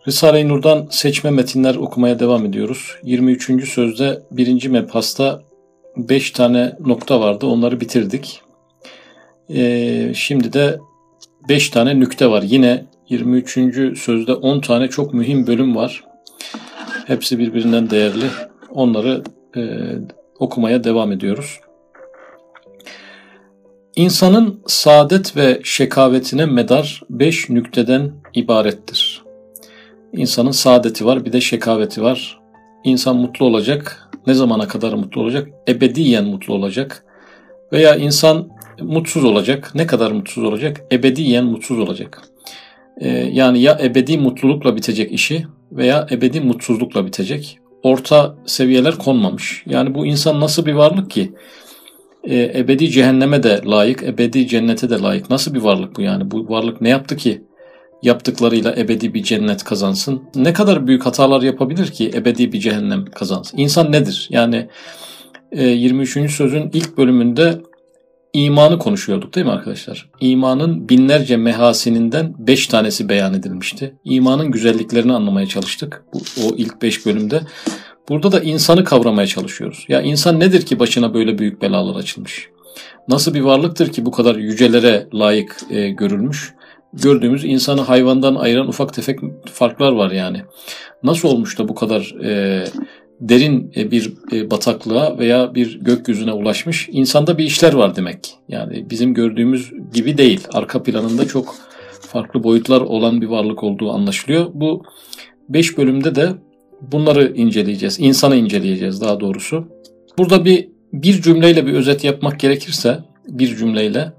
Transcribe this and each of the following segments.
Risale-i Nur'dan seçme metinler okumaya devam ediyoruz. 23. sözde 1. mebhasta 5 tane nokta vardı. Onları bitirdik. Şimdi de 5 tane nükte var. Yine 23. sözde 10 tane çok mühim bölüm var. Hepsi birbirinden değerli. Onları okumaya devam ediyoruz. İnsanın saadet ve şekavetine medar 5 nükteden ibarettir. İnsanın saadeti var, bir de şekaveti var. İnsan mutlu olacak. Ne zamana kadar mutlu olacak? Ebediyen mutlu olacak. Veya insan mutsuz olacak. Ne kadar mutsuz olacak? Ebediyen mutsuz olacak. Yani ya ebedi mutlulukla bitecek işi veya ebedi mutsuzlukla bitecek. Orta seviyeler konmamış. Yani bu insan nasıl bir varlık ki? Ebedi cehenneme de layık, ebedi cennete de layık. Nasıl bir varlık bu yani? Bu varlık ne yaptı ki yaptıklarıyla ebedi bir cennet kazansın? Ne kadar büyük hatalar yapabilir ki ebedi bir cehennem kazansın? İnsan nedir? Yani 23. sözün ilk bölümünde imanı konuşuyorduk değil mi arkadaşlar? İmanın binlerce mehasininden 5 tanesi beyan edilmişti. İmanın güzelliklerini anlamaya çalıştık o ilk 5 bölümde. Burada da insanı kavramaya çalışıyoruz. Ya insan nedir ki başına böyle büyük belalar açılmış? Nasıl bir varlıktır ki bu kadar yücelere layık görülmüş? Gördüğümüz insanı hayvandan ayıran ufak tefek farklar var yani. Nasıl olmuş da bu kadar derin bir bataklığa veya bir gökyüzüne ulaşmış? İnsanda bir işler var demek. Yani bizim gördüğümüz gibi değil. Arka planında çok farklı boyutlar olan bir varlık olduğu anlaşılıyor. Bu 5 bölümde de bunları inceleyeceğiz. İnsanı inceleyeceğiz daha doğrusu. Burada bir cümleyle bir özet yapmak gerekirse, bir cümleyle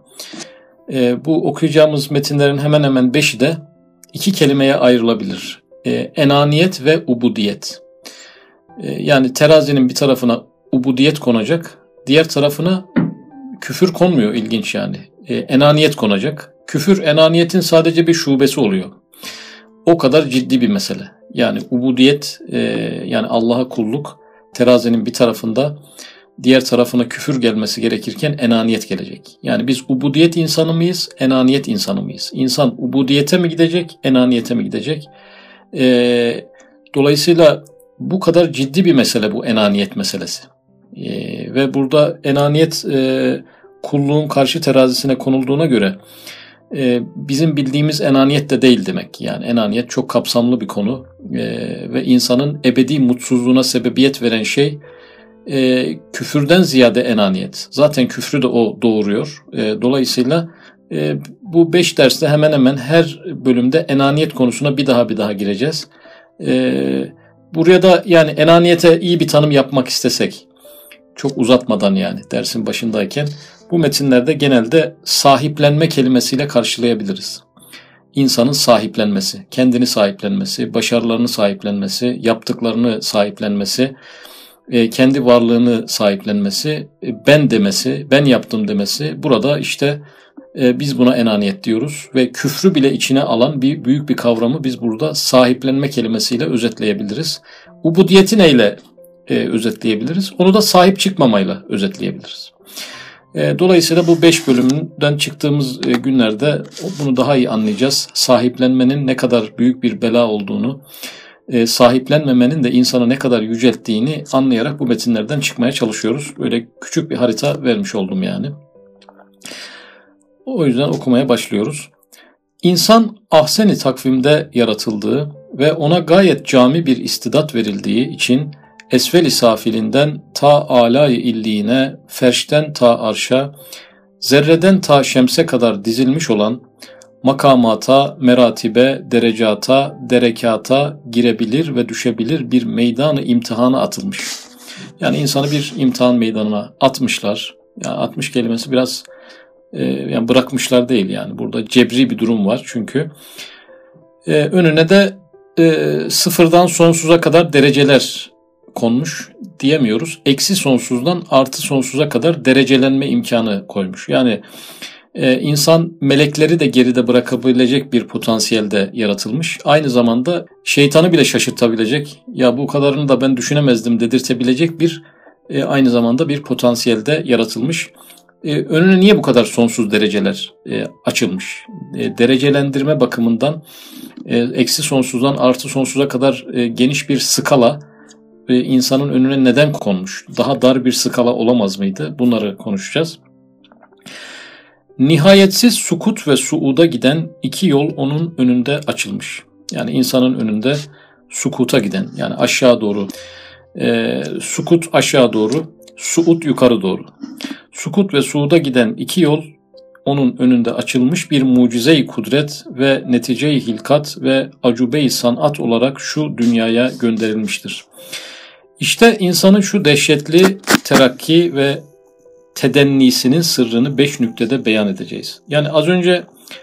bu okuyacağımız metinlerin hemen hemen 5'i de 2 kelimeye ayrılabilir. Enaniyet ve ubudiyet. Yani terazinin bir tarafına ubudiyet konacak, diğer tarafına küfür konmuyor, ilginç yani. Enaniyet konacak. Küfür enaniyetin sadece bir şubesi oluyor. O kadar ciddi bir mesele. Yani ubudiyet, yani Allah'a kulluk, terazinin bir tarafında, diğer tarafına küfür gelmesi gerekirken enaniyet gelecek. Yani biz ubudiyet insanı mıyız, enaniyet insanı mıyız? İnsan ubudiyete mi gidecek, enaniyete mi gidecek? Dolayısıyla bu kadar ciddi bir mesele bu enaniyet meselesi. Ve burada enaniyet kulluğun karşı terazisine konulduğuna göre bizim bildiğimiz enaniyet de değil demek. Yani enaniyet çok kapsamlı bir konu ve insanın ebedi mutsuzluğuna sebebiyet veren şey küfürden ziyade enaniyet. Zaten küfrü de o doğuruyor. Dolayısıyla bu 5 derste hemen hemen her bölümde enaniyet konusuna bir daha gireceğiz. Buraya da yani enaniyete iyi bir tanım yapmak istesek, çok uzatmadan yani dersin başındayken, bu metinlerde genelde sahiplenme kelimesiyle karşılayabiliriz. İnsanın sahiplenmesi, kendini sahiplenmesi, başarılarını sahiplenmesi, yaptıklarını sahiplenmesi, kendi varlığını sahiplenmesi, ben demesi, ben yaptım demesi. Burada işte biz buna enaniyet diyoruz ve küfrü bile içine alan büyük bir kavramı biz burada sahiplenme kelimesiyle özetleyebiliriz. Ubudiyeti neyle özetleyebiliriz? Onu da sahip çıkmamayla özetleyebiliriz. Dolayısıyla bu 5 bölümden çıktığımız günlerde bunu daha iyi anlayacağız. Sahiplenmenin ne kadar büyük bir bela olduğunu, sahiplenmemenin de insanı ne kadar yücelttiğini anlayarak bu metinlerden çıkmaya çalışıyoruz. Böyle küçük bir harita vermiş oldum yani. O yüzden okumaya başlıyoruz. İnsan ahsen-i takvimde yaratıldığı ve ona gayet cami bir istidat verildiği için esfel-i safilinden ta âlâ-i illiğine, ferşten ta arşa, zerreden ta şemse kadar dizilmiş olan makamata, meratibe, derecata, derekata girebilir ve düşebilir bir meydanı imtihana atılmış. Yani insanı bir imtihan meydanına atmışlar. Yani atmış kelimesi biraz yani bırakmışlar değil yani. Burada cebri bir durum var çünkü. Önüne de sıfırdan sonsuza kadar dereceler konmuş diyemiyoruz. Eksi sonsuzdan artı sonsuza kadar derecelenme imkanı koymuş. Yani insan melekleri de geride bırakabilecek bir potansiyelde yaratılmış. Aynı zamanda şeytanı bile şaşırtabilecek, ya bu kadarını da ben düşünemezdim dedirtebilecek bir aynı zamanda bir potansiyelde yaratılmış. önüne niye bu kadar sonsuz dereceler açılmış? Derecelendirme bakımından eksi sonsuzdan artı sonsuza kadar geniş bir skala insanın önüne neden konmuş? Daha dar bir skala olamaz mıydı? Bunları konuşacağız. Nihayetsiz sukut ve suuda giden iki yol onun önünde açılmış. Yani insanın önünde sukuta giden, yani aşağı doğru, sukut aşağı doğru, suud yukarı doğru. Sukut ve suuda giden iki yol onun önünde açılmış bir mucize-i kudret ve netice-i hilkat ve acube-i sanat olarak şu dünyaya gönderilmiştir. İşte insanın şu dehşetli terakki ve tedennisinin sırrını 5 nüktede beyan edeceğiz. Yani az önce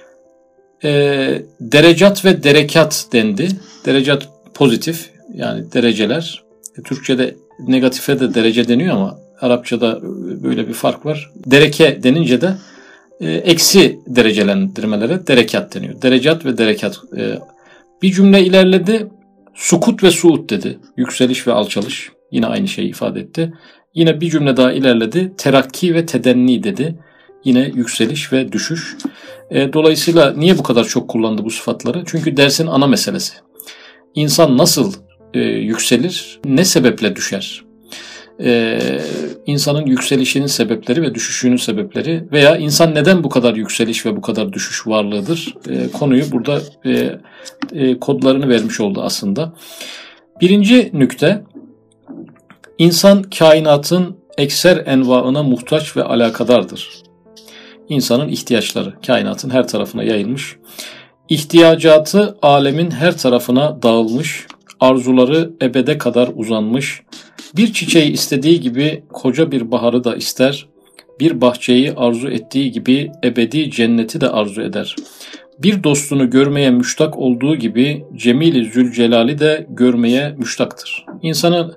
derecat ve derekat dendi. Derecat pozitif, yani dereceler. Türkçe'de negatife de derece deniyor ama Arapçada böyle bir fark var. Dereke denince de eksi derecelendirmelere derekat deniyor. Derecat ve derekat. Bir cümle ilerledi. Sukut ve suud dedi. Yükseliş ve alçalış. Yine aynı şeyi ifade etti. Yine bir cümle daha ilerledi. Terakki ve tedenni dedi. Yine yükseliş ve düşüş. Dolayısıyla niye bu kadar çok kullandı bu sıfatları? Çünkü dersin ana meselesi. İnsan nasıl yükselir, ne sebeple düşer? İnsanın yükselişinin sebepleri ve düşüşünün sebepleri veya insan neden bu kadar yükseliş ve bu kadar düşüş varlığıdır? Konuyu burada kodlarını vermiş oldu aslında. Birinci nükte, İnsan kainatın ekser envaına muhtaç ve alakadardır. İnsanın ihtiyaçları kainatın her tarafına yayılmış. İhtiyacatı alemin her tarafına dağılmış. Arzuları ebede kadar uzanmış. Bir çiçeği istediği gibi koca bir baharı da ister. Bir bahçeyi arzu ettiği gibi ebedi cenneti de arzu eder. Bir dostunu görmeye müştak olduğu gibi Cemil-i Zülcelal'i de görmeye müştaktır. İnsanın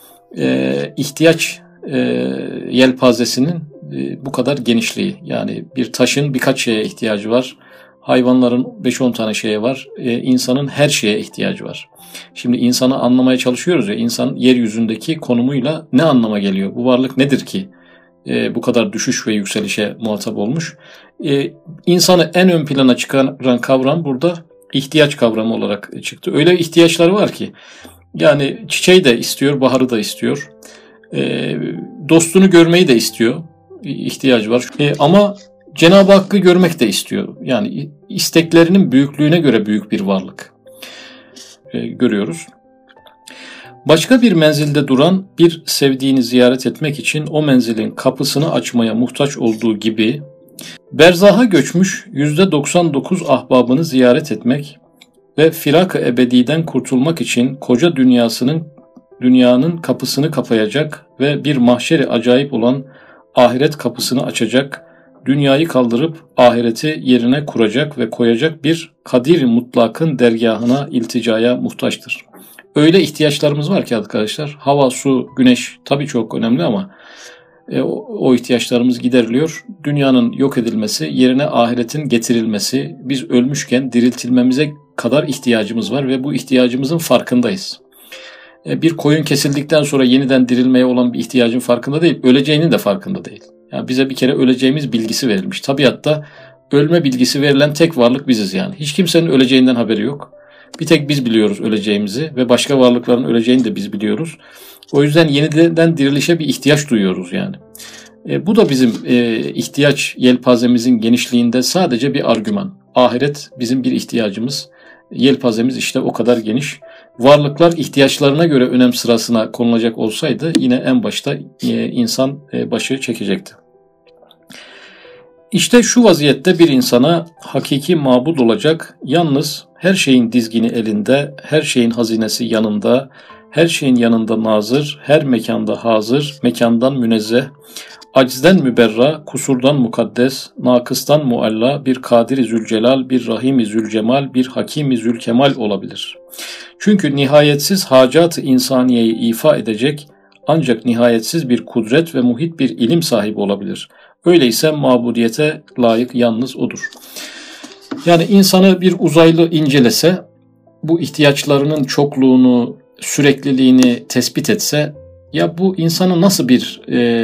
ihtiyaç yelpazesinin bu kadar genişliği, yani bir taşın birkaç şeye ihtiyacı var, hayvanların 5-10 tane şeye var, insanın her şeye ihtiyacı var. Şimdi insanı anlamaya çalışıyoruz ya, insan yeryüzündeki konumuyla ne anlama geliyor, bu varlık nedir ki bu kadar düşüş ve yükselişe muhatap olmuş. İnsanı en ön plana çıkaran kavram burada ihtiyaç kavramı olarak çıktı. Öyle ihtiyaçları var ki, yani çiçeği de istiyor, baharı da istiyor. Dostunu görmeyi de istiyor. İhtiyacı var. Ama Cenab-ı Hakk'ı görmek de istiyor. Yani isteklerinin büyüklüğüne göre büyük bir varlık görüyoruz. Başka bir menzilde duran bir sevdiğini ziyaret etmek için o menzilin kapısını açmaya muhtaç olduğu gibi berzaha göçmüş %99 ahbabını ziyaret etmek ve firak-ı ebediden kurtulmak için koca dünyanın kapısını kapayacak ve bir mahşeri acayip olan ahiret kapısını açacak, dünyayı kaldırıp ahireti yerine kuracak ve koyacak bir kadir-i mutlakın dergahına, ilticaya muhtaçtır. Öyle ihtiyaçlarımız var ki arkadaşlar, hava, su, güneş tabii çok önemli ama o ihtiyaçlarımız gideriliyor. Dünyanın yok edilmesi, yerine ahiretin getirilmesi, biz ölmüşken diriltilmemize kadar ihtiyacımız var ve bu ihtiyacımızın farkındayız. Bir koyun kesildikten sonra yeniden dirilmeye olan bir ihtiyacın farkında değil, öleceğinin de farkında değil. Yani bize bir kere öleceğimiz bilgisi verilmiş. Tabiatta ölme bilgisi verilen tek varlık biziz yani. Hiç kimsenin öleceğinden haberi yok. Bir tek biz biliyoruz öleceğimizi ve başka varlıkların öleceğini de biz biliyoruz. O yüzden yeniden dirilişe bir ihtiyaç duyuyoruz yani. Bu da bizim ihtiyaç yelpazemizin genişliğinde sadece bir argüman. Ahiret bizim bir ihtiyacımız. Yelpazemiz işte o kadar geniş. Varlıklar ihtiyaçlarına göre önem sırasına konulacak olsaydı yine en başta insan başı çekecekti. İşte şu vaziyette bir insana hakiki mabud olacak, yalnız her şeyin dizgini elinde, her şeyin hazinesi yanında, her şeyin yanında nazır, her mekanda hazır, mekandan münezzeh, acizden müberra, kusurdan mukaddes, nakıstan mualla, bir Kadir-i Zülcelal, bir Rahim-i Zülcemal, bir Hakim-i Zülkemal olabilir. Çünkü nihayetsiz hacat-ı insaniyeyi ifa edecek, ancak nihayetsiz bir kudret ve muhit bir ilim sahibi olabilir. Öyleyse mabudiyete layık yalnız odur. Yani insanı bir uzaylı incelese, bu ihtiyaçlarının çokluğunu, sürekliliğini tespit etse, ya bu insana nasıl bir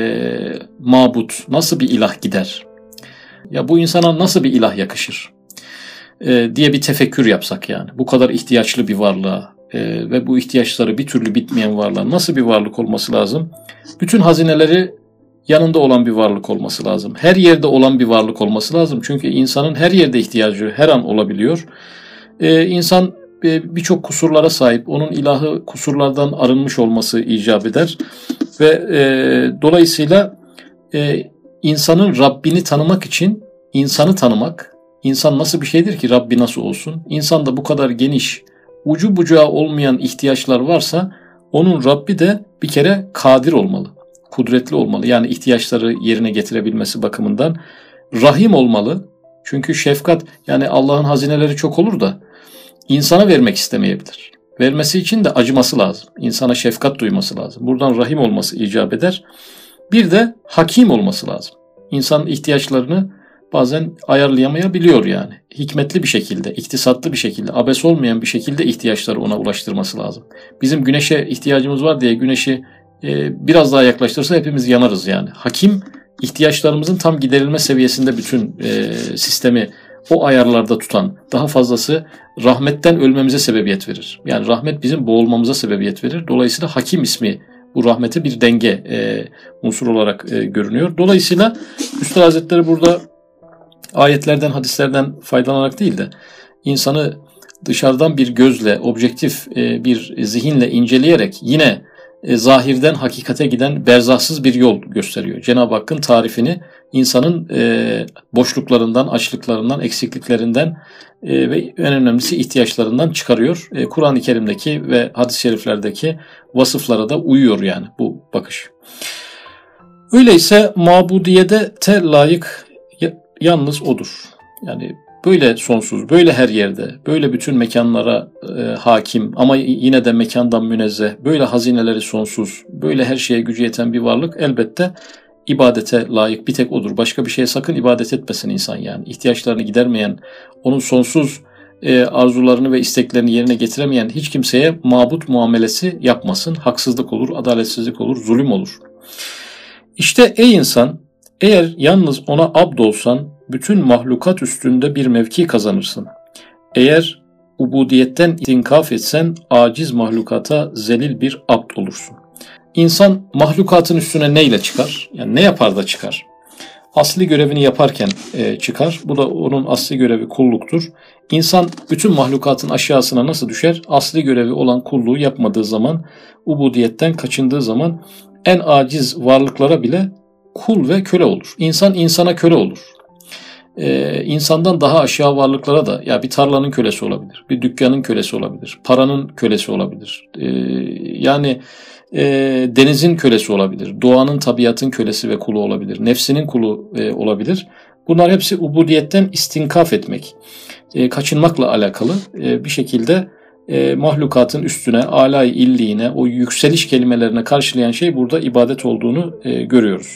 mabut, nasıl bir ilah gider? Ya bu insana nasıl bir ilah yakışır? Diye bir tefekkür yapsak yani. Bu kadar ihtiyaçlı bir varlığa ve bu ihtiyaçları bir türlü bitmeyen varlığa nasıl bir varlık olması lazım? Bütün hazineleri yanında olan bir varlık olması lazım. Her yerde olan bir varlık olması lazım. Çünkü insanın her yerde ihtiyacı her an olabiliyor. İnsan birçok kusurlara sahip. Onun ilahı kusurlardan arınmış olması icap eder. Ve dolayısıyla insanın Rabbini tanımak için insanı tanımak, İnsan nasıl bir şeydir ki Rabbi nasıl olsun? İnsanda bu kadar geniş, ucu bucağı olmayan ihtiyaçlar varsa onun Rabbi de bir kere kadir olmalı, kudretli olmalı. Yani ihtiyaçları yerine getirebilmesi bakımından rahim olmalı. Çünkü şefkat, yani Allah'ın hazineleri çok olur da insana vermek istemeyebilir. Vermesi için de acıması lazım. İnsana şefkat duyması lazım. Buradan rahim olması icap eder. Bir de hakim olması lazım. İnsanın ihtiyaçlarını bazen ayarlayamayabiliyor yani. Hikmetli bir şekilde, iktisatlı bir şekilde, abes olmayan bir şekilde ihtiyaçları ona ulaştırması lazım. Bizim güneşe ihtiyacımız var diye güneşi biraz daha yaklaştırsa hepimiz yanarız yani. Hakim, ihtiyaçlarımızın tam giderilme seviyesinde bütün sistemi o ayarlarda tutan, daha fazlası rahmetten ölmemize sebebiyet verir. Yani rahmet bizim boğulmamıza sebebiyet verir. Dolayısıyla Hakim ismi bu rahmete bir denge unsur olarak görünüyor. Dolayısıyla Üstad Hazretleri burada ayetlerden, hadislerden faydalanarak değil de insanı dışarıdan bir gözle, objektif bir zihinle inceleyerek yine zahirden hakikate giden berzahsız bir yol gösteriyor. Cenab-ı Hakk'ın tarifini insanın boşluklarından, açlıklarından, eksikliklerinden ve en önemlisi ihtiyaçlarından çıkarıyor. Kur'an-ı Kerim'deki ve hadis-i şeriflerdeki vasıflara da uyuyor yani bu bakış. Öyleyse mabudiyete layık yalnız odur. Yani böyle sonsuz, böyle her yerde, böyle bütün mekanlara hakim ama yine de mekandan münezzeh, böyle hazineleri sonsuz, böyle her şeye gücü yeten bir varlık elbette ibadete layık bir tek odur. Başka bir şeye sakın ibadet etmesin insan yani. İhtiyaçlarını gidermeyen, onun sonsuz arzularını ve isteklerini yerine getiremeyen hiç kimseye mabut muamelesi yapmasın. Haksızlık olur, adaletsizlik olur, zulüm olur. İşte ey insan, eğer yalnız ona abd olsan, bütün mahlukat üstünde bir mevki kazanırsın. Eğer ubudiyetten istinkaf etsen, aciz mahlukata zelil bir abd olursun. İnsan mahlukatın üstüne neyle çıkar? Yani ne yapar da çıkar? Asli görevini yaparken çıkar. Bu da onun asli görevi kulluktur. İnsan bütün mahlukatın aşağısına nasıl düşer? Asli görevi olan kulluğu yapmadığı zaman, ubudiyetten kaçındığı zaman en aciz varlıklara bile kul ve köle olur. İnsan insana köle olur. İnsandan daha aşağı varlıklara da ya bir tarlanın kölesi olabilir, bir dükkanın kölesi olabilir, paranın kölesi olabilir. Yani denizin kölesi olabilir, doğanın, tabiatın kölesi ve kulu olabilir, nefsinin kulu olabilir. Bunlar hepsi ubudiyetten istinkaf etmek, kaçınmakla alakalı bir şekilde mahlukatın üstüne, âlâ-i illiğine, o yükseliş kelimelerine karşılayan şey burada ibadet olduğunu görüyoruz.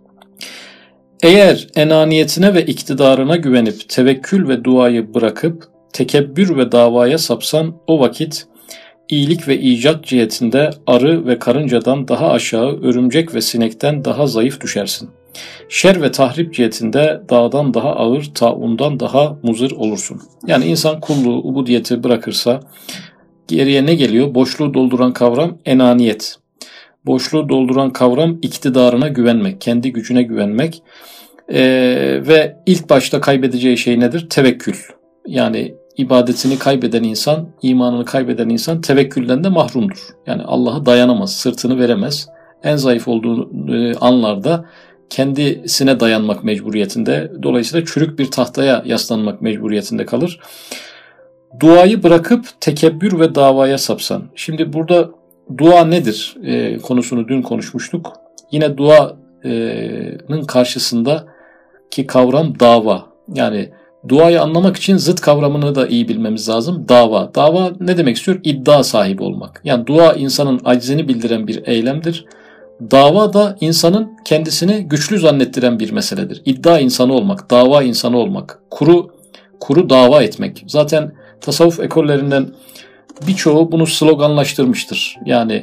Eğer enaniyetine ve iktidarına güvenip tevekkül ve duayı bırakıp tekebbür ve davaya sapsan o vakit iyilik ve icat cihetinde arı ve karıncadan daha aşağı, örümcek ve sinekten daha zayıf düşersin. Şer ve tahrip cihetinde dağdan daha ağır, taundan daha muzır olursun. Yani insan kulluğu, ubudiyeti bırakırsa geriye ne geliyor? Boşluğu dolduran kavram enaniyet. Boşluğu dolduran kavram iktidarına güvenmek, kendi gücüne güvenmek ve ilk başta kaybedeceği şey nedir? Tevekkül. Yani ibadetini kaybeden insan, imanını kaybeden insan tevekkülden de mahrumdur. Yani Allah'a dayanamaz, sırtını veremez. En zayıf olduğu anlarda kendisine dayanmak mecburiyetinde, dolayısıyla çürük bir tahtaya yaslanmak mecburiyetinde kalır. Duayı bırakıp tekebbür ve davaya sapsan. Şimdi burada dua nedir konusunu dün konuşmuştuk. Yine duanın karşısındaki kavram dava. Yani duayı anlamak için zıt kavramını da iyi bilmemiz lazım. Dava. Dava ne demek istiyor? İddia sahibi olmak. Yani dua insanın aczini bildiren bir eylemdir. Dava da insanın kendisini güçlü zannettiren bir meseledir. İddia insanı olmak, dava insanı olmak, kuru dava etmek. Zaten tasavvuf ekollerinden birçoğu bunu sloganlaştırmıştır. Yani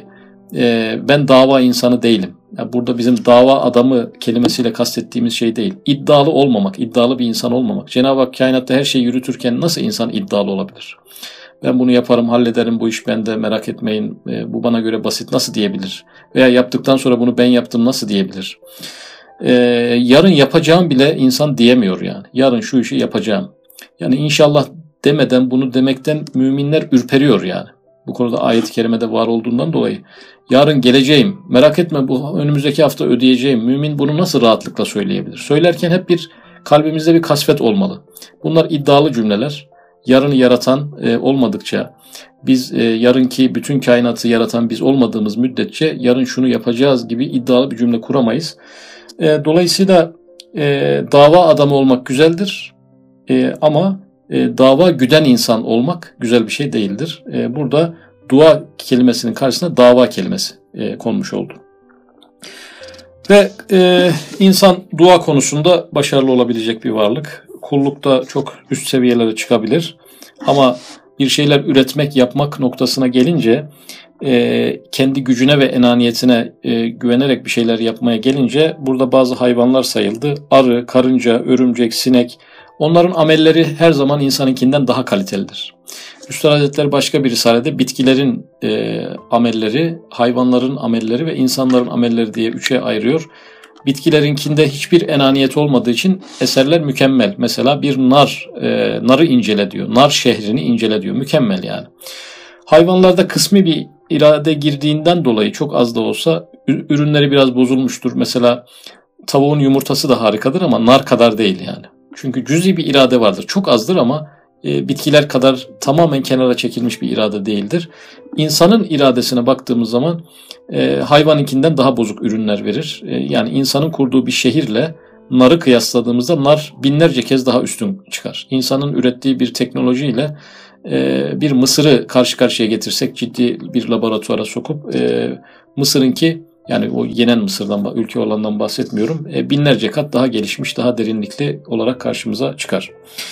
ben dava insanı değilim. Yani burada bizim dava adamı kelimesiyle kastettiğimiz şey değil. İddialı olmamak, iddialı bir insan olmamak. Cenab-ı Hak kainatta her şeyi yürütürken nasıl insan iddialı olabilir? Ben bunu yaparım, hallederim, bu iş bende, merak etmeyin, bu bana göre basit nasıl diyebilir? Veya yaptıktan sonra bunu ben yaptım nasıl diyebilir? Yarın yapacağım bile insan diyemiyor yani. Yarın şu işi yapacağım. Yani inşallah demeden bunu demekten müminler ürperiyor yani. Bu konuda ayet-i kerimede var olduğundan dolayı. Yarın geleceğim, merak etme bu önümüzdeki hafta ödeyeceğim. Mümin bunu nasıl rahatlıkla söyleyebilir? Söylerken hep kalbimizde bir kasvet olmalı. Bunlar iddialı cümleler. Yarını yaratan olmadıkça, biz yarınki bütün kainatı yaratan biz olmadığımız müddetçe yarın şunu yapacağız gibi iddialı bir cümle kuramayız. Dolayısıyla dava adamı olmak güzeldir ama dava güden insan olmak güzel bir şey değildir. Burada dua kelimesinin karşısına dava kelimesi konmuş oldu. Ve insan dua konusunda başarılı olabilecek bir varlık. Kullukta çok üst seviyelere çıkabilir. Ama bir şeyler üretmek, yapmak noktasına gelince kendi gücüne ve enaniyetine güvenerek bir şeyler yapmaya gelince burada bazı hayvanlar sayıldı. Arı, karınca, örümcek, sinek, onların amelleri her zaman insanınkinden daha kalitelidir. Üstad Hazretleri başka bir risalede bitkilerin amelleri, hayvanların amelleri ve insanların amelleri diye üçe ayırıyor. Bitkilerinkinde hiçbir enaniyet olmadığı için eserler mükemmel. Mesela bir narı incele diyor. Nar şehrini incele diyor. Mükemmel yani. Hayvanlarda kısmi bir irade girdiğinden dolayı çok az da olsa ürünleri biraz bozulmuştur. Mesela tavuğun yumurtası da harikadır ama nar kadar değil yani. Çünkü cüzi bir irade vardır. Çok azdır ama bitkiler kadar tamamen kenara çekilmiş bir irade değildir. İnsanın iradesine baktığımız zaman hayvanınkinden daha bozuk ürünler verir. Yani insanın kurduğu bir şehirle narı kıyasladığımızda nar binlerce kez daha üstün çıkar. İnsanın ürettiği bir teknolojiyle bir mısırı karşı karşıya getirsek, ciddi bir laboratuvara sokup mısırınki, yani o yenen mısırdan, ülke olandan bahsetmiyorum, binlerce kat daha gelişmiş, daha derinlikli olarak karşımıza çıkar.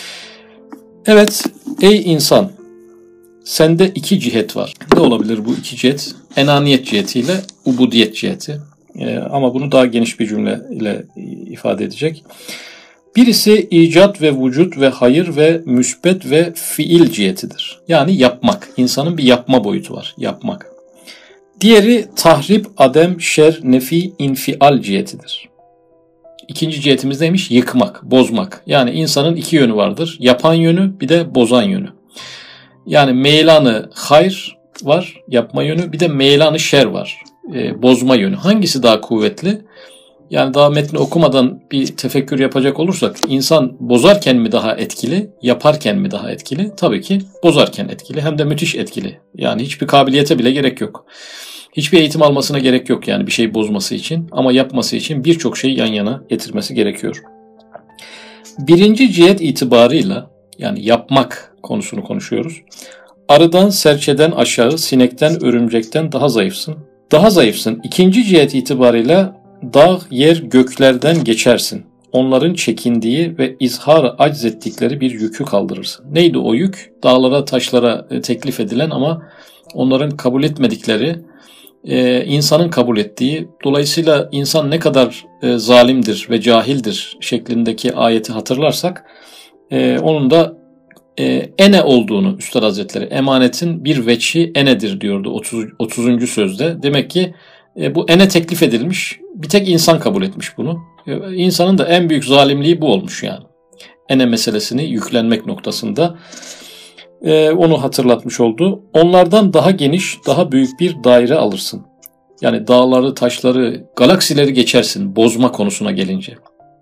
Evet, ey insan, sende iki cihet var. Ne olabilir bu iki cihet? Enaniyet cihetiyle ubudiyet ciheti. Ama bunu daha geniş bir cümleyle ifade edecek. Birisi icat ve vücut ve hayır ve müsbet ve fiil cihetidir. Yani yapmak. İnsanın bir yapma boyutu var. Yapmak. Diğeri tahrip, adem, şer, nefi, infial cihetidir. İkinci cihetimiz neymiş? Yıkmak, bozmak. Yani insanın iki yönü vardır. Yapan yönü, bir de bozan yönü. Yani meylanı hayır var, yapma yönü, bir de meylanı şer var, bozma yönü. Hangisi daha kuvvetli? Yani daha metni okumadan bir tefekkür yapacak olursak, insan bozarken mi daha etkili, yaparken mi daha etkili? Tabii ki bozarken etkili, hem de müthiş etkili. Yani hiçbir kabiliyete bile gerek yok. Hiçbir eğitim almasına gerek yok yani bir şey bozması için, ama yapması için birçok şeyi yan yana getirmesi gerekiyor. Birinci cihet itibarıyla, yani yapmak konusunu konuşuyoruz. Arıdan, serçeden aşağı, sinekten, örümcekten daha zayıfsın. Daha zayıfsın. İkinci cihet itibarıyla dağ, yer, göklerden geçersin. Onların çekindiği ve izhar acz ettikleri bir yükü kaldırırsın. Neydi o yük? Dağlara, taşlara teklif edilen ama onların kabul etmedikleri, insanın kabul ettiği, dolayısıyla insan ne kadar zalimdir ve cahildir şeklindeki ayeti hatırlarsak, onun da ene olduğunu Üstad Hazretleri, emanetin bir veçhi enedir diyordu 30. sözde. Demek ki bu ene teklif edilmiş, bir tek insan kabul etmiş bunu. İnsanın da en büyük zalimliği bu olmuş yani. Ene meselesini yüklenmek noktasında onu hatırlatmış oldu. Onlardan daha geniş, daha büyük bir daire alırsın. Yani dağları, taşları, galaksileri geçersin bozma konusuna gelince.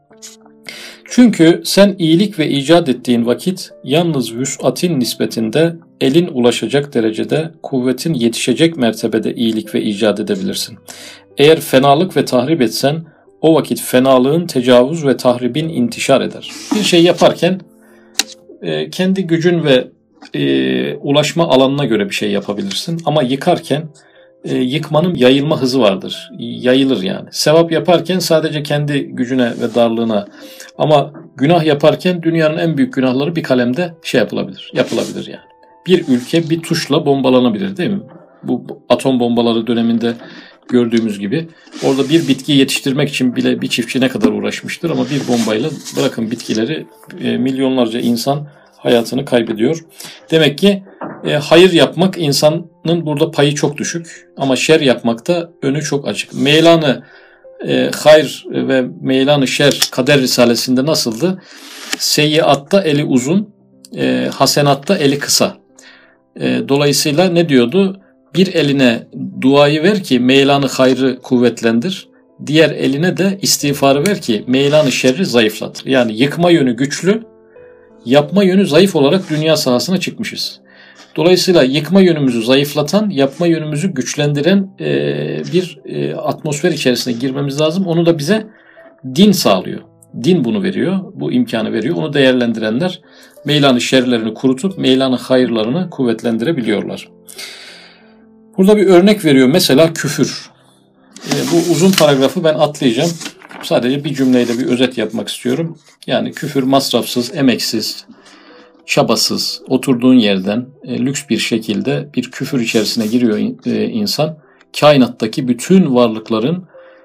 Çünkü sen iyilik ve icat ettiğin vakit yalnız vüs'atin nispetinde elin ulaşacak derecede, kuvvetin yetişecek mertebede iyilik ve icat edebilirsin. Eğer fenalık ve tahrip etsen, o vakit fenalığın tecavüz ve tahribin intişar eder. Bir şey yaparken kendi gücün ve ulaşma alanına göre bir şey yapabilirsin. Ama yıkarken yıkmanın yayılma hızı vardır. Yayılır yani. Sevap yaparken sadece kendi gücüne ve darlığına, ama günah yaparken dünyanın en büyük günahları bir kalemde yapılabilir yani. Bir ülke bir tuşla bombalanabilir değil mi? bu atom bombaları döneminde gördüğümüz gibi. Orada bir bitkiyi yetiştirmek için bile bir çiftçi ne kadar uğraşmıştır ama bir bombayla bırakın bitkileri milyonlarca insan hayatını kaybediyor. Demek ki hayır yapmak insanın burada payı çok düşük ama şer yapmakta önü çok açık. Meylanı hayır ve meylanı şer Kader Risalesi'nde nasıldı? Seyyiatta eli uzun, hasenatta eli kısa. Dolayısıyla ne diyordu? Bir eline duayı ver ki meylanı hayrı kuvvetlendir. Diğer eline de istiğfarı ver ki meylanı şerri zayıflatır. Yani yıkma yönü güçlü, yapma yönü zayıf olarak dünya sahasına çıkmışız. Dolayısıyla yıkma yönümüzü zayıflatan, yapma yönümüzü güçlendiren bir atmosfer içerisine girmemiz lazım. Onu da bize din sağlıyor. Din bunu veriyor, bu imkanı veriyor. Onu değerlendirenler meylanı şerlerini kurutup meylanı hayırlarını kuvvetlendirebiliyorlar. Burada bir örnek veriyor. Mesela küfür. Bu uzun paragrafı ben atlayacağım. Sadece bir cümleyle bir özet yapmak istiyorum. Yani küfür masrafsız, emeksiz, çabasız, oturduğun yerden lüks bir şekilde bir küfür içerisine giriyor insan. Kainattaki bütün varlıkların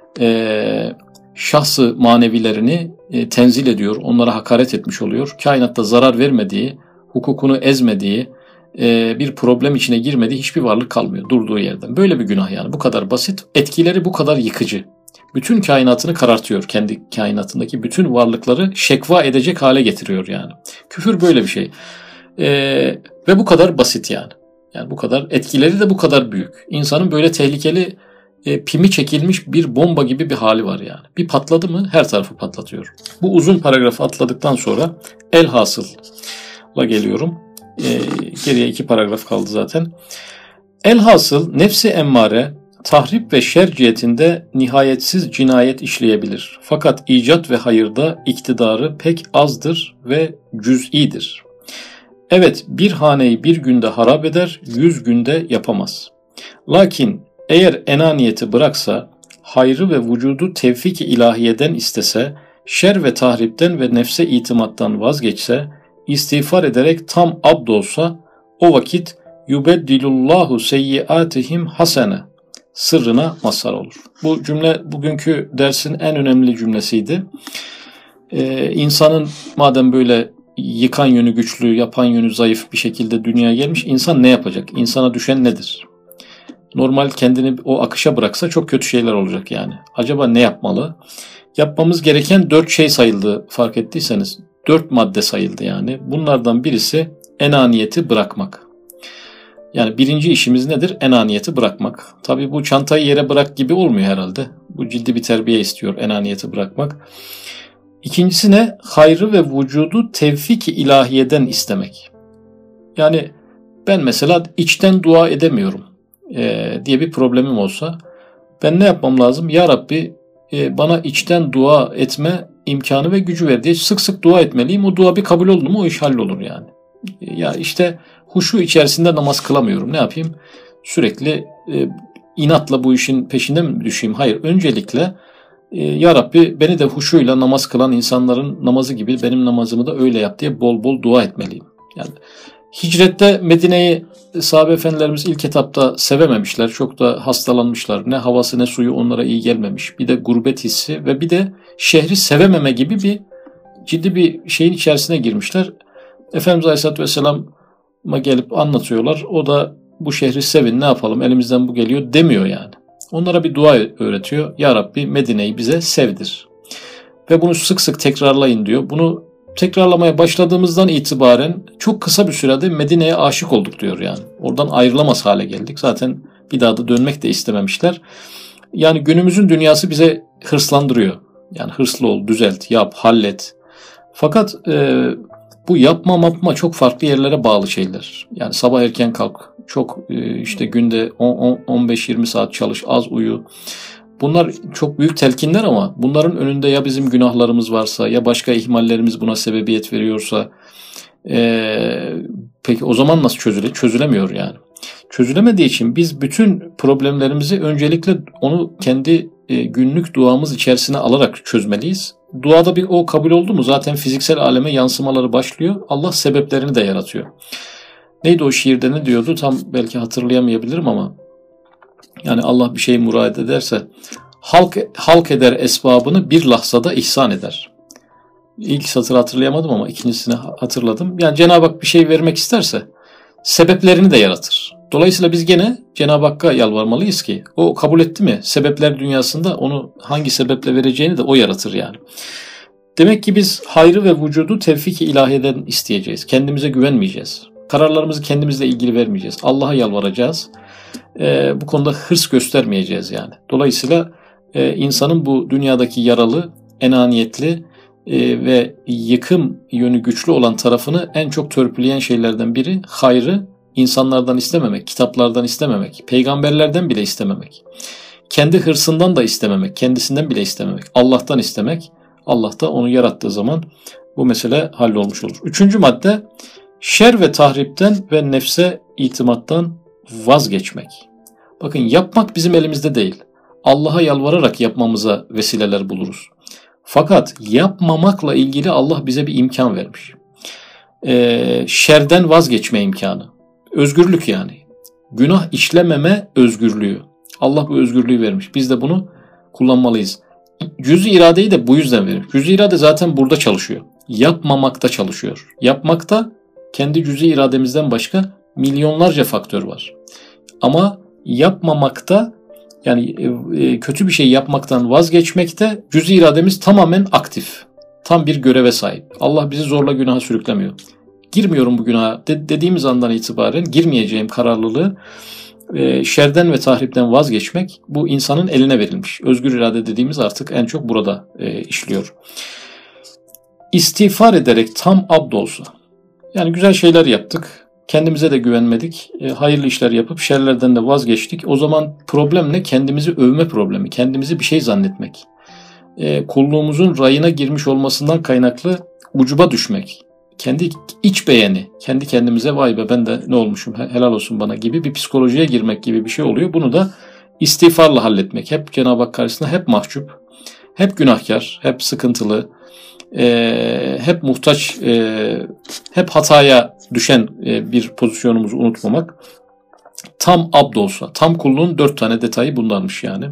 şahsı manevilerini tenzil ediyor, onlara hakaret etmiş oluyor. Kainatta zarar vermediği, hukukunu ezmediği, bir problem içine girmediği hiçbir varlık kalmıyor durduğu yerden. Böyle bir günah yani. Bu kadar basit. Etkileri bu kadar yıkıcı. Bütün kainatını karartıyor. Kendi kainatındaki bütün varlıkları şekva edecek hale getiriyor yani. Küfür böyle bir şey. Ve bu kadar basit yani. Yani bu kadar etkileri de bu kadar büyük. İnsanın böyle tehlikeli pimi çekilmiş bir bomba gibi bir hali var yani. Bir patladı mı her tarafı patlatıyor. Bu uzun paragrafı atladıktan sonra elhasıla geliyorum. Geriye 2 paragraf kaldı zaten. Elhasıl nefsi emmare tahrip ve şer cihetinde nihayetsiz cinayet işleyebilir. Fakat icat ve hayırda iktidarı pek azdır ve cüz'idir. Evet, bir haneyi bir günde harap eder, 100 günde yapamaz. Lakin eğer enaniyeti bıraksa, hayrı ve vücudu tevfik-i ilahiyeden istese, şer ve tahripten ve nefse itimattan vazgeçse, istiğfar ederek tam abd olsa, o vakit yubeddilullahu seyyiatihim hasene sırrına mazhar olur. Bu cümle bugünkü dersin en önemli cümlesiydi. İnsanın madem böyle yıkan yönü güçlü, yapan yönü zayıf bir şekilde dünyaya gelmiş, insan ne yapacak? İnsana düşen nedir? Normal kendini o akışa bıraksa çok kötü şeyler olacak yani. Acaba ne yapmalı? Yapmamız gereken 4 şey sayıldı fark ettiyseniz. 4 madde sayıldı yani. Bunlardan birisi enaniyeti bırakmak. Yani birinci işimiz nedir? Enaniyeti bırakmak. Tabii bu çantayı yere bırak gibi olmuyor herhalde. Bu ciddi bir terbiye istiyor enaniyeti bırakmak. İkincisi ne? Hayrı ve vücudu tevfik-i ilahiyeden istemek. Yani ben mesela içten dua edemiyorum diye bir problemim olsa ben ne yapmam lazım? Ya Rabbi bana içten dua etme imkanı ve gücü ver diye sık sık dua etmeliyim. O dua bir kabul oldu mu o iş hallolur yani. Ya işte huşu içerisinde namaz kılamıyorum. Ne yapayım? Sürekli inatla bu işin peşinde mi düşeyim? Hayır. Öncelikle Ya Rabbi beni de huşuyla namaz kılan insanların namazı gibi benim namazımı da öyle yap diye bol bol dua etmeliyim. Yani hicrette Medine'yi sahabe efendilerimiz ilk etapta sevememişler. Çok da hastalanmışlar. Ne havası ne suyu onlara iyi gelmemiş. Bir de gurbet hissi ve bir de şehri sevememe gibi bir ciddi bir şeyin içerisine girmişler. Efendimiz Aleyhisselatü Vesselam'a gelip anlatıyorlar. O da bu şehri sevin ne yapalım elimizden bu geliyor demiyor yani. Onlara bir dua öğretiyor. Ya Rabbi Medine'yi bize sevdir. Ve bunu sık sık tekrarlayın diyor. Bunu tekrarlamaya başladığımızdan itibaren çok kısa bir sürede Medine'ye aşık olduk diyor yani. Oradan ayrılamaz hale geldik. Zaten bir daha da dönmek de istememişler. Yani günümüzün dünyası bize hırslandırıyor. Yani hırslı ol, düzelt, yap, hallet. Fakat bu yapma çok farklı yerlere bağlı şeyler. Yani sabah erken kalk, çok işte günde 15-20 saat çalış, az uyu. Bunlar çok büyük telkinler ama bunların önünde ya bizim günahlarımız varsa ya başka ihmallerimiz buna sebebiyet veriyorsa peki o zaman nasıl çözülemiyor yani. Çözülemediği için biz bütün problemlerimizi öncelikle onu kendi günlük duamız içerisine alarak çözmeliyiz. Duada bir o kabul oldu mu zaten fiziksel aleme yansımaları başlıyor. Allah sebeplerini de yaratıyor. Neydi o şiirde ne diyordu tam belki hatırlayamayabilirim ama Yani Allah bir şey murad ederse halk eder esbabını bir lahzada ihsan eder. İlk satırı hatırlayamadım ama ikincisini hatırladım. Yani Cenab-ı Hak bir şey vermek isterse sebeplerini de yaratır. Dolayısıyla biz gene Cenab-ı Hakk'a yalvarmalıyız ki o kabul etti mi? Sebepler dünyasında onu hangi sebeple vereceğini de o yaratır yani. Demek ki biz hayrı ve vücudu tevfik-i ilahiden isteyeceğiz. Kendimize güvenmeyeceğiz. Kararlarımızı kendimizle ilgili vermeyeceğiz. Allah'a yalvaracağız. Bu konuda hırs göstermeyeceğiz yani. Dolayısıyla insanın bu dünyadaki yaralı, enaniyetli ve yıkım yönü güçlü olan tarafını en çok törpüleyen şeylerden biri hayrı insanlardan istememek, kitaplardan istememek, peygamberlerden bile istememek. Kendi hırsından da istememek, kendisinden bile istememek, Allah'tan istemek. Allah da onu yarattığı zaman bu mesele hallolmuş olur. Üçüncü madde, şer ve tahripten ve nefse itimattan vazgeçmek. Bakın yapmak bizim elimizde değil. Allah'a yalvararak yapmamıza vesileler buluruz. Fakat yapmamakla ilgili Allah bize bir imkan vermiş. Şerden vazgeçme imkanı. Özgürlük yani. Günah işlememe özgürlüğü. Allah bu özgürlüğü vermiş. Biz de bunu kullanmalıyız. Cüz-i iradeyi de bu yüzden verir. Cüz-i irade zaten burada çalışıyor. Yapmamakta çalışıyor. Yapmakta kendi cüz-i irademizden başka milyonlarca faktör var. Ama yapmamakta, yani kötü bir şey yapmaktan vazgeçmekte cüz-i irademiz tamamen aktif. Tam bir göreve sahip. Allah bizi zorla günaha sürüklemiyor. Girmiyorum bu günaha dediğimiz andan itibaren girmeyeceğim kararlılığı, şerden ve tahripten vazgeçmek bu insanın eline verilmiş. Özgür irade dediğimiz artık en çok burada işliyor. İstiğfar ederek tam abd olsa. Yani güzel şeyler yaptık. Kendimize de güvenmedik. Hayırlı işler yapıp şerlerden de vazgeçtik. O zaman problem ne? Kendimizi övme problemi. Kendimizi bir şey zannetmek. Kulluğumuzun rayına girmiş olmasından kaynaklı ucuba düşmek. Kendi iç beğeni, kendi kendimize vay be ben de ne olmuşum helal olsun bana gibi bir psikolojiye girmek gibi bir şey oluyor. Bunu da istiğfarla halletmek. Hep Cenab-ı Hak karşısında hep mahcup, hep günahkar, hep sıkıntılı, hep muhtaç, hep hataya düşen bir pozisyonumuzu unutmamak. Tam abd olsa, tam kulluğun 4 tane detayı bunlarmış yani.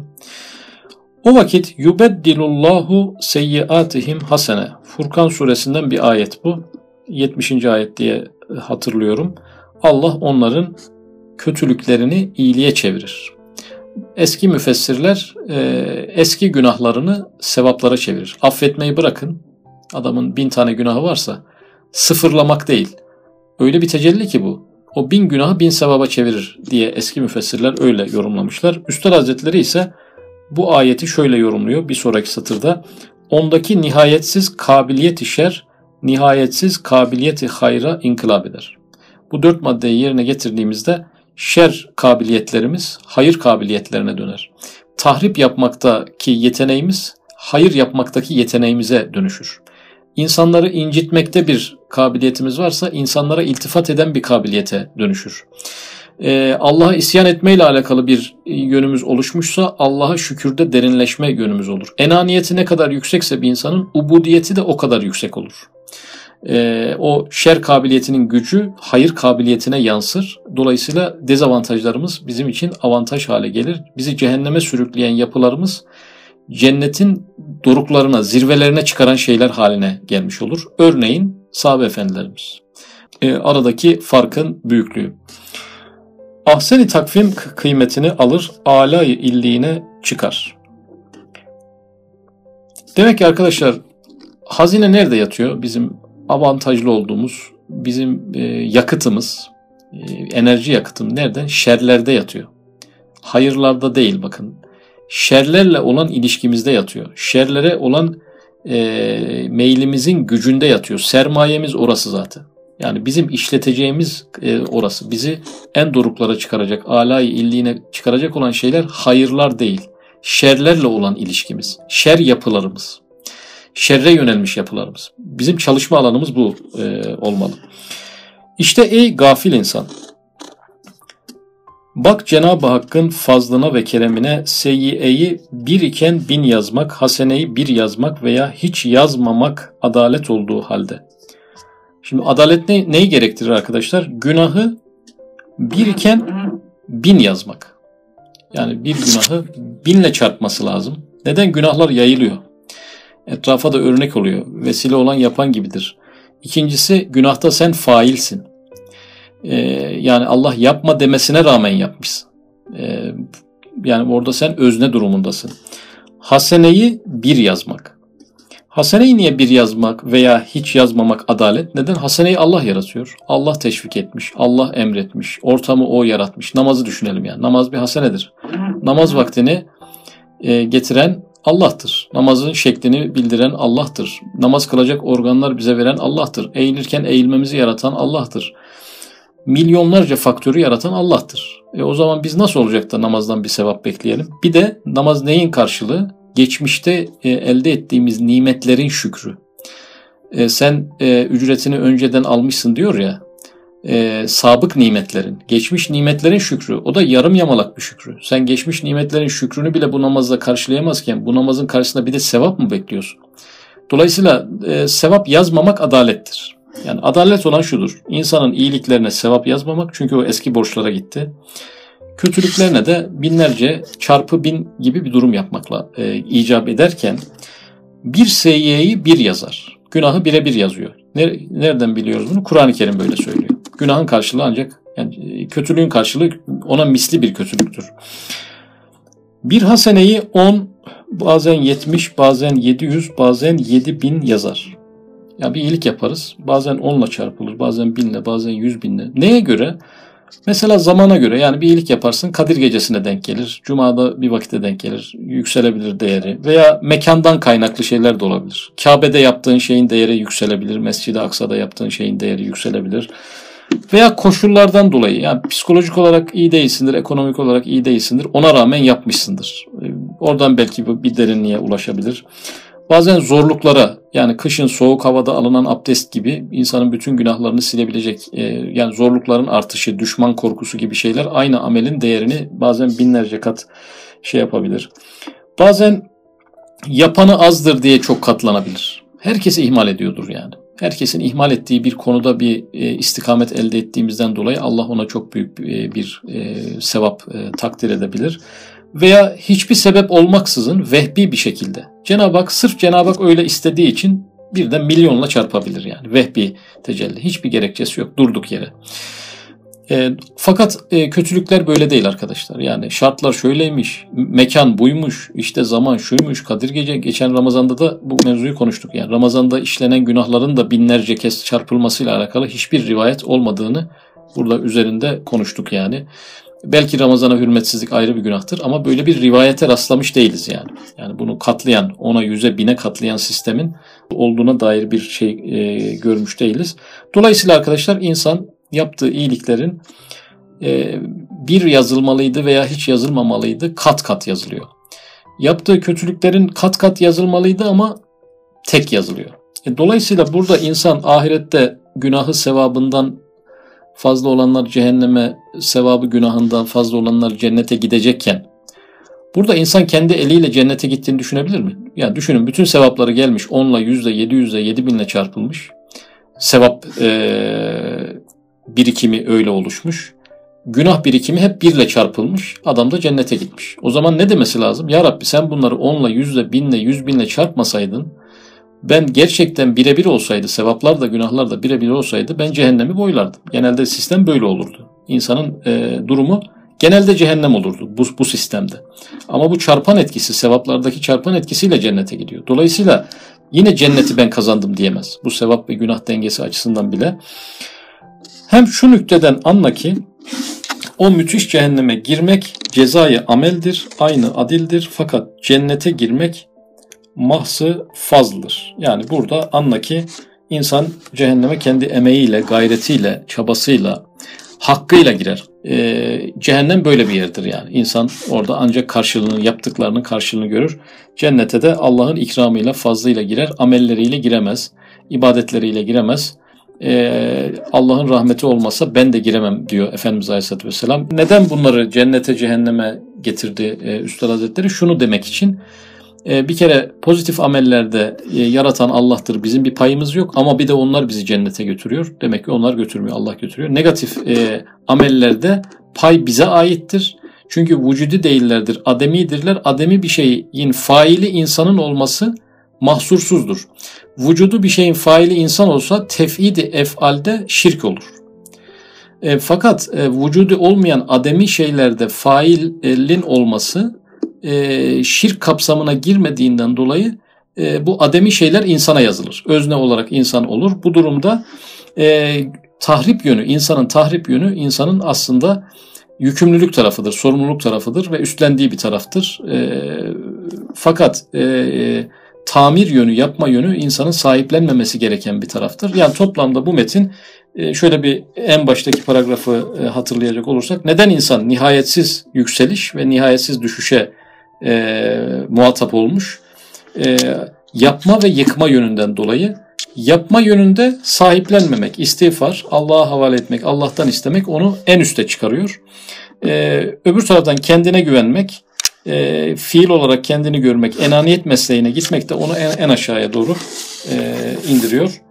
O vakit yubeddilullahu seyyiatihim hasene. Furkan suresinden bir ayet bu. 70. ayet diye hatırlıyorum. Allah onların kötülüklerini iyiliğe çevirir. Eski müfessirler eski günahlarını sevaplara çevirir. Affetmeyi bırakın. Adamın 1000 tane günahı varsa sıfırlamak değil. Öyle bir tecelli ki bu. O 1000 günahı 1000 sevaba çevirir diye eski müfessirler öyle yorumlamışlar. Üstad Hazretleri ise bu ayeti şöyle yorumluyor bir sonraki satırda. Ondaki nihayetsiz kabiliyet-i şer, nihayetsiz kabiliyet-i hayra inkılap eder. Bu 4 maddeyi yerine getirdiğimizde şer kabiliyetlerimiz hayır kabiliyetlerine döner. Tahrip yapmaktaki yeteneğimiz hayır yapmaktaki yeteneğimize dönüşür. İnsanları incitmekte bir kabiliyetimiz varsa insanlara iltifat eden bir kabiliyete dönüşür. Allah'a isyan etmeyle alakalı bir yönümüz oluşmuşsa Allah'a şükürde derinleşme yönümüz olur. Enaniyeti ne kadar yüksekse bir insanın ubudiyeti de o kadar yüksek olur. O şer kabiliyetinin gücü hayır kabiliyetine yansır. Dolayısıyla dezavantajlarımız bizim için avantaj hale gelir. Bizi cehenneme sürükleyen yapılarımız cennetin doruklarına, zirvelerine çıkaran şeyler haline gelmiş olur. Örneğin sahabe efendilerimiz. Aradaki farkın büyüklüğü. Ahsen-i takvim kıymetini alır, âlâ-i illiğine çıkar. Demek ki arkadaşlar hazine nerede yatıyor? Bizim avantajlı olduğumuz, bizim yakıtımız, enerji yakıtım nerede? Şerlerde yatıyor. Hayırlarda değil bakın. Şerlerle olan ilişkimizde yatıyor. Şerlere olan meylimizin gücünde yatıyor. Sermayemiz orası zaten. Yani bizim işleteceğimiz orası. Bizi en doruklara çıkaracak, âlâ-i illiğine çıkaracak olan şeyler hayırlar değil. Şerlerle olan ilişkimiz, şer yapılarımız, şerre yönelmiş yapılarımız. Bizim çalışma alanımız bu olmalı. İşte ey gafil insan, bak Cenab-ı Hakk'ın fazlına ve keremine seyyiyeyi 1 iken 1000 yazmak, haseneyi 1 yazmak veya hiç yazmamak adalet olduğu halde. Şimdi adalet neyi gerektirir arkadaşlar? Günahı 1 iken 1000 yazmak. Yani bir günahı 1000'le çarpması lazım. Neden? Günahlar yayılıyor. Etrafa da örnek oluyor. Vesile olan yapan gibidir. İkincisi, günahta sen failsin. Yani Allah yapma demesine rağmen yapmışsın. Yani orada sen özne durumundasın. Haseneyi 1 yazmak. Haseneyi niye 1 yazmak veya hiç yazmamak adalet? Neden? Haseneyi Allah yaratıyor. Allah teşvik etmiş. Allah emretmiş. Ortamı O yaratmış. Namazı düşünelim yani. Namaz bir hasenedir. Namaz vaktini getiren Allah'tır. Namazın şeklini bildiren Allah'tır. Namaz kılacak organlar bize veren Allah'tır. Eğilirken eğilmemizi yaratan Allah'tır. Milyonlarca faktörü yaratan Allah'tır. O zaman biz nasıl olacak da namazdan bir sevap bekleyelim? Bir de namaz neyin karşılığı? Geçmişte elde ettiğimiz nimetlerin şükrü. Sen ücretini önceden almışsın diyor ya, sabık nimetlerin, geçmiş nimetlerin şükrü. O da yarım yamalak bir şükrü. Sen geçmiş nimetlerin şükrünü bile bu namazla karşılayamazken bu namazın karşısında bir de sevap mı bekliyorsun? Dolayısıyla sevap yazmamak adalettir. Yani adalet olan şudur: İnsanın iyiliklerine sevap yazmamak, çünkü o eski borçlara gitti. Kötülüklerine de binlerce çarpı 1000 gibi bir durum yapmakla icap ederken bir seyyiyeyi 1 yazar. Günahı 1'e 1 yazıyor. Nereden biliyoruz bunu? Kur'an-ı Kerim böyle söylüyor. Günahın karşılığı ancak, yani kötülüğün karşılığı ona misli bir kötülüktür. Bir haseneyi 10, bazen 70, bazen 700, bazen 7000 yazar. Yani bir iyilik yaparız. Bazen 10'la çarpılır, bazen 1000'le, bazen 100.000'le. Neye göre? Mesela zamana göre, yani bir iyilik yaparsın, Kadir Gecesi'ne denk gelir, Cuma'da bir vakite denk gelir, yükselebilir değeri, veya mekandan kaynaklı şeyler de olabilir. Kabe'de yaptığın şeyin değeri yükselebilir, Mescid-i Aksa'da yaptığın şeyin değeri yükselebilir. Veya koşullardan dolayı, yani psikolojik olarak iyi değilsindir, ekonomik olarak iyi değilsindir, ona rağmen yapmışsındır. Oradan belki bir derinliğe ulaşabilir. Bazen zorluklara, yani kışın soğuk havada alınan abdest gibi insanın bütün günahlarını silebilecek, yani zorlukların artışı, düşman korkusu gibi şeyler aynı amelin değerini bazen binlerce kat şey yapabilir. Bazen yapanı azdır diye çok katlanabilir. Herkesi ihmal ediyordur yani. Herkesin ihmal ettiği bir konuda bir istikamet elde ettiğimizden dolayı Allah ona çok büyük bir sevap takdir edebilir. Veya hiçbir sebep olmaksızın vehbi bir şekilde Cenab-ı Hak, sırf Cenab-ı Hak öyle istediği için birden milyonla çarpabilir yani. Vehbi tecelli. Hiçbir gerekçesi yok durduk yere. Fakat kötülükler böyle değil arkadaşlar. Yani şartlar şöyleymiş, mekan buymuş, işte zaman şuymuş, Kadir Gece. Geçen Ramazan'da da bu mevzuyu konuştuk. Yani Ramazan'da işlenen günahların da binlerce kez çarpılmasıyla alakalı hiçbir rivayet olmadığını burada üzerinde konuştuk yani. Belki Ramazan'a hürmetsizlik ayrı bir günahtır ama böyle bir rivayete rastlamış değiliz yani. Yani bunu katlayan, ona 100'e 1000'e katlayan sistemin olduğuna dair bir şey görmüş değiliz. Dolayısıyla arkadaşlar, insan yaptığı iyiliklerin 1 yazılmalıydı veya hiç yazılmamalıydı, kat kat yazılıyor. Yaptığı kötülüklerin kat kat yazılmalıydı ama tek yazılıyor. Dolayısıyla burada insan ahirette günahı sevabından fazla olanlar cehenneme, sevabı günahından fazla olanlar cennete gidecekken, burada insan kendi eliyle cennete gittiğini düşünebilir mi? Yani düşünün, bütün sevapları gelmiş 10'la, 100'le, 700'le, 7000'le çarpılmış. Sevap birikimi öyle oluşmuş. Günah birikimi hep 1'le çarpılmış. Adam da cennete gitmiş. O zaman ne demesi lazım? Ya Rabbi, sen bunları 10'la, 100'le, 1000'le, 100.000'le çarpmasaydın, ben gerçekten birebir olsaydı, sevaplar da günahlar da birebir olsaydı, ben cehennemi boylardım. Genelde sistem böyle olurdu. İnsanın durumu genelde cehennem olurdu bu sistemde. Ama bu çarpan etkisi, sevaplardaki çarpan etkisiyle cennete gidiyor. Dolayısıyla yine cenneti ben kazandım diyemez. Bu sevap ve günah dengesi açısından bile. Hem şu nükteden anla ki, o müthiş cehenneme girmek cezayı ameldir, aynı adildir, fakat cennete girmek mahsı fazlıdır. Yani burada anla ki insan cehenneme kendi emeğiyle, gayretiyle, çabasıyla, hakkıyla girer. Cehennem böyle bir yerdir yani. İnsan orada ancak karşılığını, yaptıklarının karşılığını görür. Cennete de Allah'ın ikramıyla, fazlıyla girer. Amelleriyle giremez. İbadetleriyle giremez. Allah'ın rahmeti olmasa ben de giremem diyor Efendimiz Aleyhisselatü Vesselam. Neden bunları cennete, cehenneme getirdi Üstad Hazretleri? Şunu demek için: bir kere pozitif amellerde yaratan Allah'tır, bizim bir payımız yok, ama bir de onlar bizi cennete götürüyor. Demek ki onlar götürmüyor, Allah götürüyor. Negatif amellerde pay bize aittir. Çünkü vücudi değillerdir, ademidirler. Ademi bir şeyin faili insanın olması mahsursuzdur. Vücudu bir şeyin faili insan olsa tef'id-i ef'alde şirk olur. Fakat vücudu olmayan ademi şeylerde failin olması şirk kapsamına girmediğinden dolayı bu ademi şeyler insana yazılır. Özne olarak insan olur. Bu durumda tahrip yönü, insanın tahrip yönü insanın aslında yükümlülük tarafıdır, sorumluluk tarafıdır ve üstlendiği bir taraftır. Fakat tamir yönü, yapma yönü insanın sahiplenmemesi gereken bir taraftır. Yani toplamda bu metin şöyle bir en baştaki paragrafı hatırlayacak olursak, neden insan nihayetsiz yükseliş ve nihayetsiz düşüşe muhatap olmuş? Yapma ve yıkma yönünden dolayı. Yapma yönünde sahiplenmemek, istiğfar, Allah'a havale etmek, Allah'tan istemek onu en üste çıkarıyor. Öbür taraftan kendine güvenmek, fiil olarak kendini görmek, enaniyet mesleğine gitmek de onu en aşağıya doğru indiriyor.